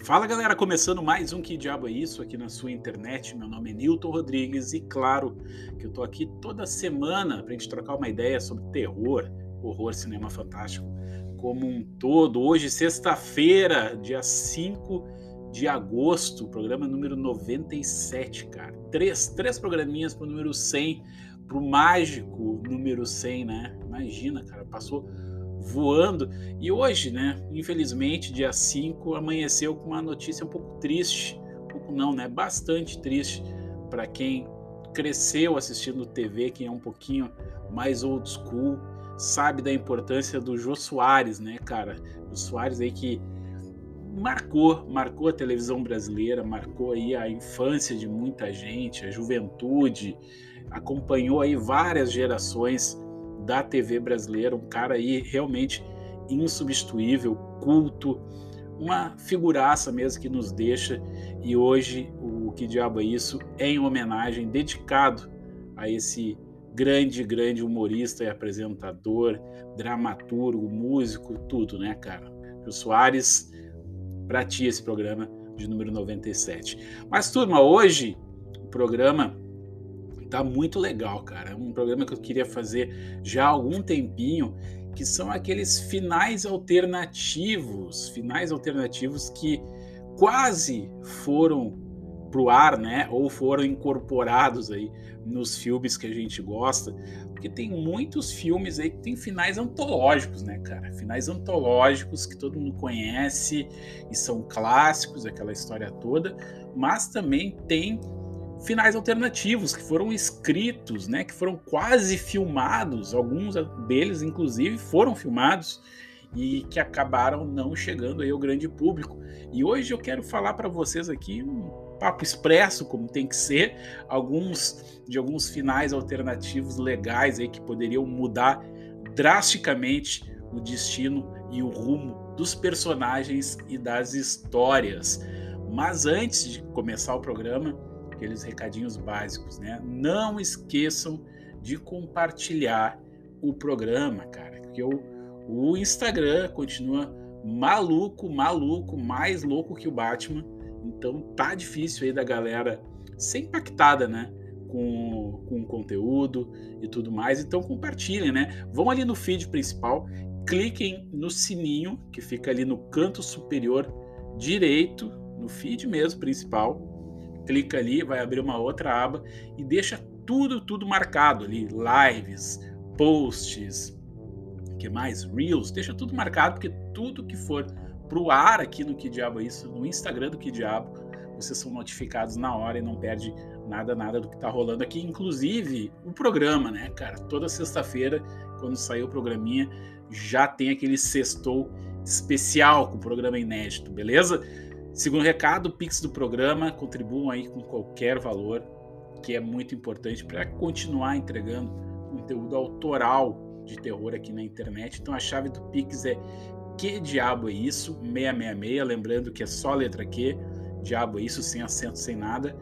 Fala galera, começando mais um Que Diabo é Isso aqui na sua internet. Meu nome é Nilton Rodrigues e claro que eu tô aqui toda semana pra gente trocar uma ideia sobre terror, horror, cinema fantástico como um todo. Hoje, sexta-feira, dia 5 de agosto, programa número 97, cara. Três programinhas pro número 100, pro mágico número 100, né? Imagina, cara, passou voando. E hoje, né, infelizmente, dia 5, amanheceu com uma notícia um pouco triste, um pouco não, né, bastante triste para quem cresceu assistindo TV, quem é um pouquinho mais old school, sabe da importância do Jô Soares, né, cara? O Soares aí que marcou a televisão brasileira, marcou aí a infância de muita gente, a juventude, acompanhou aí várias gerações da TV brasileira, um cara aí realmente insubstituível, culto, uma figuraça mesmo que nos deixa. E hoje o Que Diabo é Isso é em homenagem, dedicado a esse grande humorista e apresentador, dramaturgo, músico, tudo, né, cara? O Soares, pra ti esse programa de número 97. Mas turma, hoje o programa tá muito legal, cara. É um programa que eu queria fazer já há algum tempinho, que são aqueles finais alternativos que quase foram pro ar, né? Ou foram incorporados aí nos filmes que a gente gosta, porque tem muitos filmes aí que tem finais antológicos, né, cara? Finais antológicos que todo mundo conhece e são clássicos, aquela história toda, mas também tem finais alternativos que foram escritos, né, que foram quase filmados, alguns deles inclusive foram filmados e que acabaram não chegando aí ao grande público. E hoje eu quero falar para vocês aqui um papo expresso, como tem que ser, alguns finais alternativos legais aí que poderiam mudar drasticamente o destino e o rumo dos personagens e das histórias. Mas antes de começar o programa, aqueles recadinhos básicos, né? Não esqueçam de compartilhar o programa, cara, porque o Instagram continua maluco, mais louco que o Batman. Então tá difícil aí da galera ser impactada, né? Com o conteúdo e tudo mais. Então compartilhem, né? Vão ali no feed principal, cliquem no sininho que fica ali no canto superior direito, no feed mesmo principal. Clica ali, vai abrir uma outra aba e deixa tudo marcado ali, lives, posts, que mais? Reels, deixa tudo marcado, porque tudo que for pro ar aqui no Que Diabo é Isso, no Instagram do Que Diabo, vocês são notificados na hora e não perde nada do que tá rolando aqui, inclusive o programa, né, cara? Toda sexta-feira, quando sair o programinha, já tem aquele sextou especial com o programa inédito, beleza? Segundo recado, o Pix do programa, contribuam aí com qualquer valor, que é muito importante para continuar entregando conteúdo autoral de terror aqui na internet. Então a chave do Pix é Que Diabo é Isso, 666, lembrando que é só a letra Q, Diabo é Isso, sem acento, sem nada,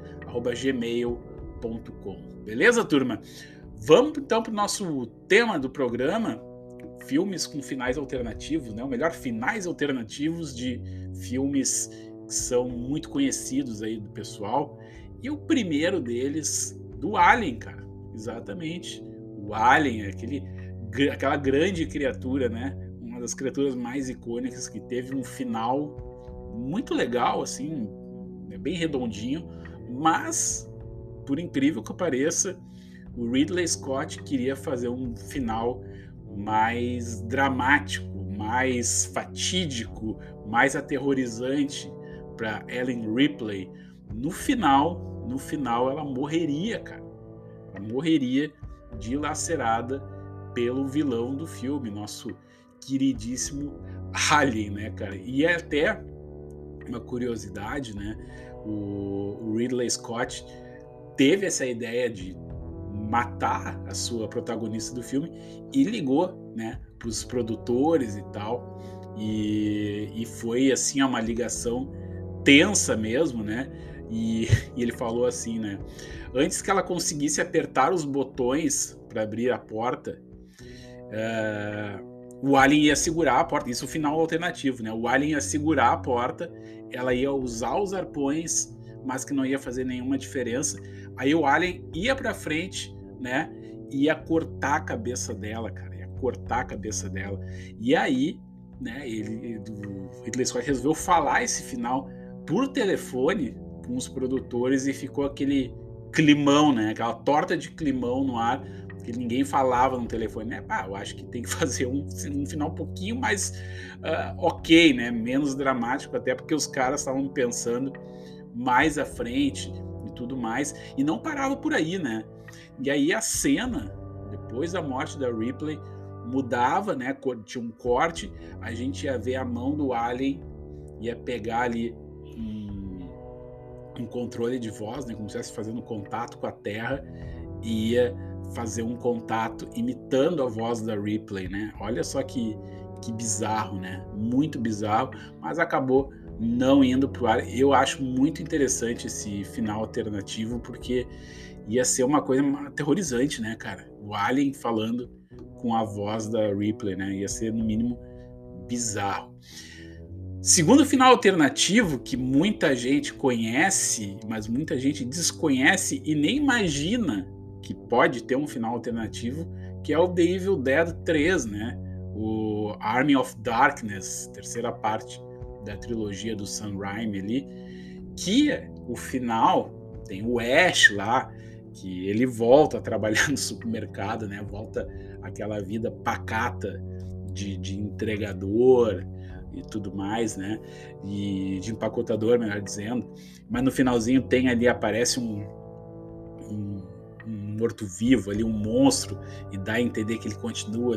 @gmail.com. Beleza, turma? Vamos então para o nosso tema do programa, filmes com finais alternativos, né? Ou melhor, finais alternativos de filmes que são muito conhecidos aí do pessoal. E o primeiro deles, do Alien, cara. Exatamente. O Alien, aquela grande criatura, né? Uma das criaturas mais icônicas que teve um final muito legal, assim, bem redondinho, mas, por incrível que pareça, o Ridley Scott queria fazer um final mais dramático, mais fatídico, mais aterrorizante para Ellen Ripley. No final ela morreria, cara. Ela morreria dilacerada pelo vilão do filme, nosso queridíssimo Alien, né, cara? E é até uma curiosidade, né? O Ridley Scott teve essa ideia de matar a sua protagonista do filme e ligou, né, para os produtores e tal, e foi assim uma ligação tensa mesmo, né? E ele falou assim, né? Antes que ela conseguisse apertar os botões para abrir a porta, o Alien ia segurar a porta, isso é o final alternativo, né? O Alien ia segurar a porta, ela ia usar os arpões, mas que não ia fazer nenhuma diferença. Aí o Alien ia pra frente, né? Ia cortar a cabeça dela, cara. Ia cortar a cabeça dela. E aí, né, o Ridley Scott resolveu falar esse final por telefone com os produtores e ficou aquele climão, né? Aquela torta de climão no ar, que ninguém falava no telefone, né? Eu acho que tem que fazer um final um pouquinho mais ok, né? Menos dramático, até porque os caras estavam pensando mais à frente e tudo mais, e não parava por aí, né? E aí a cena, depois da morte da Ripley, mudava, né? Tinha um corte, a gente ia ver a mão do Alien, ia pegar ali um controle de voz, né? Como se estivesse fazendo contato com a Terra, e ia fazer um contato imitando a voz da Ripley, né? Olha só que bizarro, né? Muito bizarro, mas acabou não indo pro ar. Eu acho muito interessante esse final alternativo, porque ia ser uma coisa aterrorizante, né, cara? O Alien falando com a voz da Ripley, né? Ia ser, no mínimo, bizarro. Segundo final alternativo, que muita gente conhece, mas muita gente desconhece e nem imagina que pode ter um final alternativo, que é o The Evil Dead 3, né? O Army of Darkness, terceira parte da trilogia do Sam Raimi ali, que o final tem o Ash lá, que ele volta a trabalhar no supermercado, né? Volta àquela vida pacata de entregador e tudo mais, né? E de empacotador, melhor dizendo. Mas no finalzinho tem ali, aparece um morto-vivo ali, um monstro, e dá a entender que ele continua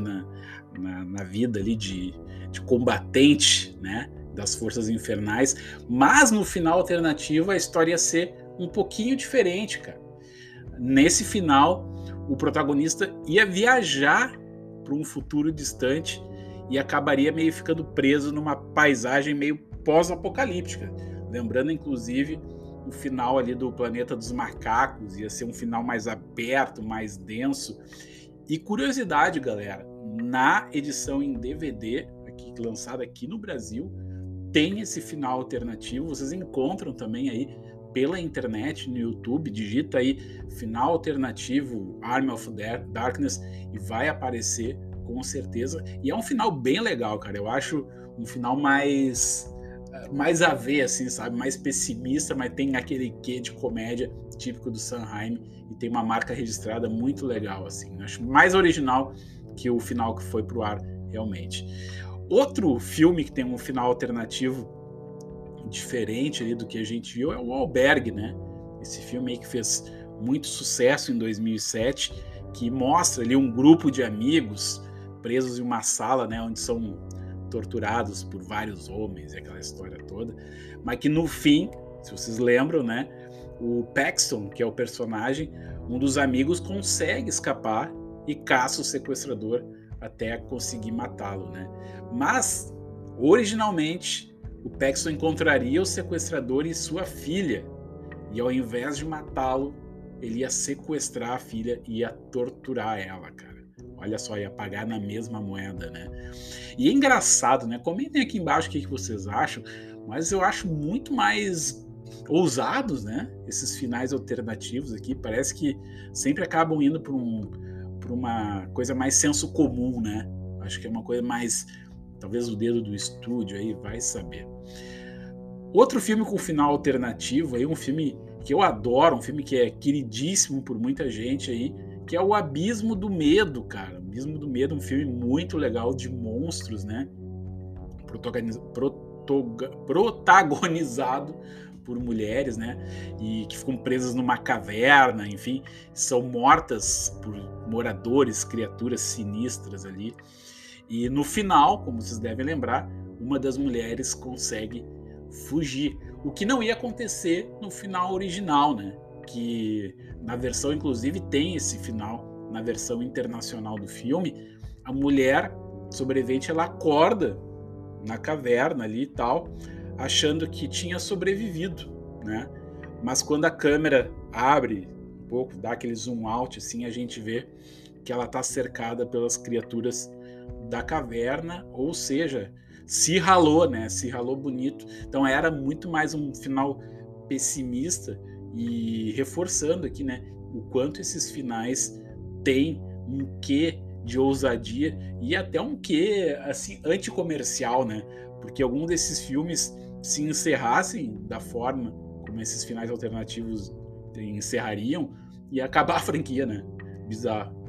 na vida ali de combatente, né? Das forças infernais. Mas no final alternativo a história ia ser um pouquinho diferente, cara. Nesse final, o protagonista ia viajar para um futuro distante e acabaria meio ficando preso numa paisagem meio pós-apocalíptica. Lembrando, inclusive, o final ali do Planeta dos Macacos, ia ser um final mais aberto, mais denso. E curiosidade, galera, na edição em DVD, lançada aqui no Brasil, tem esse final alternativo, vocês encontram também aí pela internet, no YouTube, digita aí final alternativo Army of Darkness e vai aparecer com certeza. E é um final bem legal, cara. Eu acho um final mais a ver, assim, sabe? Mais pessimista, mas tem aquele quê de comédia típico do Sam Raimi e tem uma marca registrada muito legal, assim. Eu acho mais original que o final que foi pro ar, realmente. Outro filme que tem um final alternativo diferente ali do que a gente viu é o Albergue, né? Esse filme aí que fez muito sucesso em 2007, que mostra ali um grupo de amigos presos em uma sala, né, onde são torturados por vários homens e aquela história toda, mas que no fim, se vocês lembram, né, o Paxton, que é o personagem, um dos amigos consegue escapar e caça o sequestrador até conseguir matá-lo, né? Mas originalmente o Paxton encontraria o sequestrador e sua filha, e ao invés de matá-lo, ele ia sequestrar a filha e ia torturar ela, cara. Olha só, ia pagar na mesma moeda, né? E é engraçado, né? Comentem aqui embaixo o que vocês acham, mas eu acho muito mais ousados, né? Esses finais alternativos aqui, parece que sempre acabam indo para uma coisa mais senso comum, né? Acho que é uma coisa mais, talvez o dedo do estúdio aí, vai saber. Outro filme com final alternativo, aí, um filme que eu adoro, um filme que é queridíssimo por muita gente aí, que é o Abismo do Medo, cara. Abismo do Medo, um filme muito legal de monstros, né? Protagonizado por mulheres, né? E que ficam presas numa caverna, enfim, são mortas por moradores, criaturas sinistras ali. E no final, como vocês devem lembrar, uma das mulheres consegue fugir. O que não ia acontecer no final original, né? Que na versão, inclusive, tem esse final, na versão internacional do filme, a mulher sobrevivente, ela acorda na caverna ali e tal, achando que tinha sobrevivido, né? Mas quando a câmera abre um pouco, dá aquele zoom out, assim, a gente vê que ela está cercada pelas criaturas da caverna, ou seja, se ralou, né? Se ralou bonito. Então era muito mais um final pessimista e reforçando aqui, né, o quanto esses finais têm um quê de ousadia e até um quê assim anticomercial, né? Porque algum desses filmes se encerrassem da forma como esses finais alternativos encerrariam e acabar a franquia, né? Bizarro.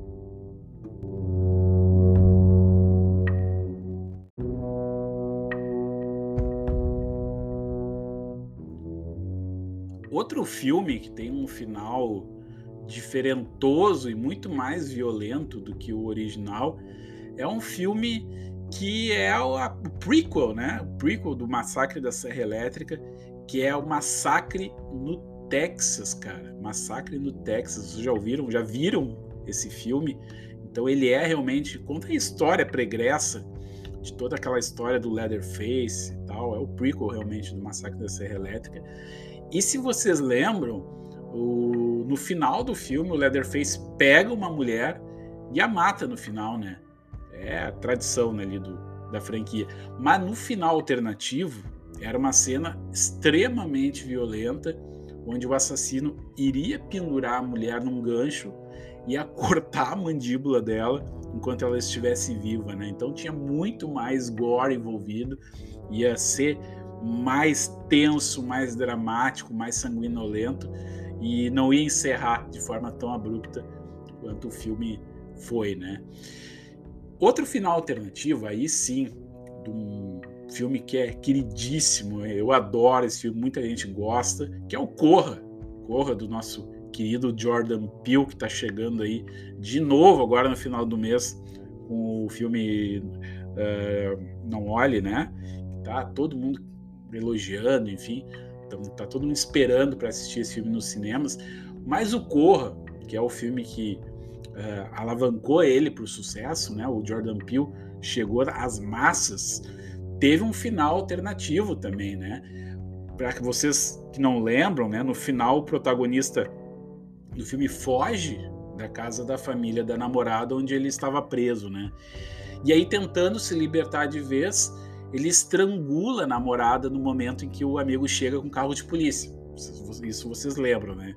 Outro filme que tem um final diferentoso e muito mais violento do que o original é um filme que é o prequel, né? O prequel do Massacre da Serra Elétrica, que é o Massacre no Texas, cara. Massacre no Texas. Vocês já ouviram? Já viram esse filme? Então ele é realmente conta a história pregressa de toda aquela história do Leatherface e tal. É o prequel realmente do Massacre da Serra Elétrica. E se vocês lembram, no final do filme, o Leatherface pega uma mulher e a mata no final, né? É a tradição, né, ali da franquia. Mas no final alternativo, era uma cena extremamente violenta, onde o assassino iria pendurar a mulher num gancho e ia cortar a mandíbula dela enquanto ela estivesse viva, né? Então tinha muito mais gore envolvido, ia ser mais tenso, mais dramático, mais sanguinolento e não ia encerrar de forma tão abrupta quanto o filme foi, né? Outro final alternativo, aí sim, de um filme que é queridíssimo, eu adoro esse filme, muita gente gosta, que é o Corra. Corra, do nosso querido Jordan Peele, que está chegando aí de novo agora no final do mês com o filme Não Olhe, né? Tá todo mundo elogiando, enfim, então tá todo mundo esperando para assistir esse filme nos cinemas, mas o Corra, que é o filme que alavancou ele para o sucesso, né? O Jordan Peele chegou às massas, teve um final alternativo também, né? Para que vocês que não lembram, né? No final o protagonista do filme foge da casa da família da namorada onde ele estava preso, né? E aí, tentando se libertar de vez, ele estrangula a namorada no momento em que o amigo chega com carro de polícia. Isso vocês lembram, né?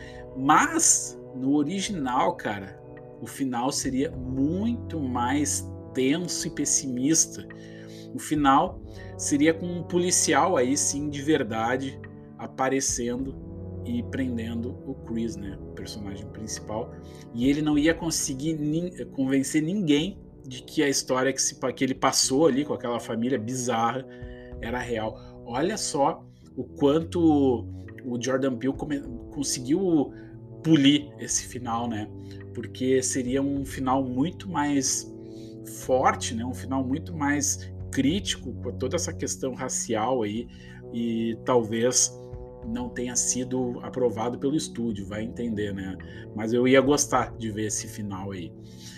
Mas no original, cara, o final seria muito mais tenso e pessimista. O final seria com um policial aí sim de verdade aparecendo e prendendo o Chris, né, o personagem principal, e ele não ia conseguir convencer ninguém de que a história que ele passou ali com aquela família bizarra era real. Olha só o quanto o Jordan Peele conseguiu polir esse final, né? Porque seria um final muito mais forte, né? Um final muito mais crítico com toda essa questão racial aí e talvez não tenha sido aprovado pelo estúdio, vai entender, né? Mas eu ia gostar de ver esse final aí.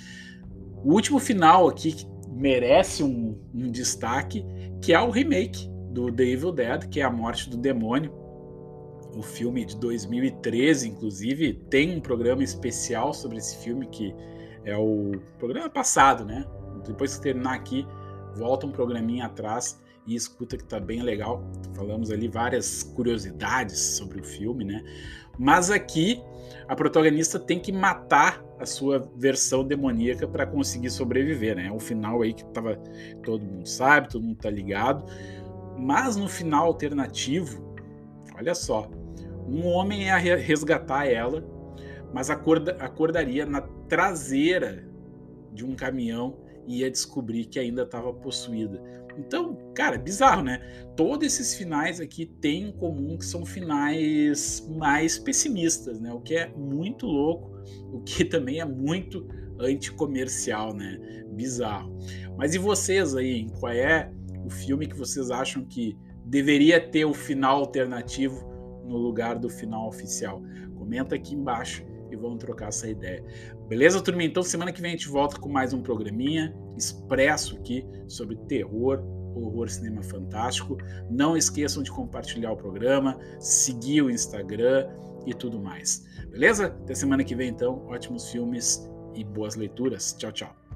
O último final aqui que merece um destaque, que é o remake do The Evil Dead, que é A Morte do Demônio. O filme de 2013, inclusive, tem um programa especial sobre esse filme, que é o programa passado, né? Depois que terminar aqui, volta um programinha atrás e escuta, que tá bem legal. Falamos ali várias curiosidades sobre o filme, né? Mas aqui a protagonista tem que matar a sua versão demoníaca para conseguir sobreviver, né? É um final aí que todo mundo sabe, todo mundo tá ligado. Mas no final alternativo, olha só, um homem ia resgatar ela, mas acordaria na traseira de um caminhão e ia descobrir que ainda estava possuída. Então, cara, bizarro, né? Todos esses finais aqui têm em comum que são finais mais pessimistas, né? O que é muito louco, o que também é muito anticomercial, né? Bizarro. Mas e vocês aí? Qual é o filme que vocês acham que deveria ter o final alternativo no lugar do final oficial? Comenta aqui embaixo e vamos trocar essa ideia. Beleza, turma? Então, semana que vem a gente volta com mais um programinha expresso aqui sobre terror, horror, cinema fantástico. Não esqueçam de compartilhar o programa, seguir o Instagram e tudo mais. Beleza? Até semana que vem, então. Ótimos filmes e boas leituras. Tchau, tchau.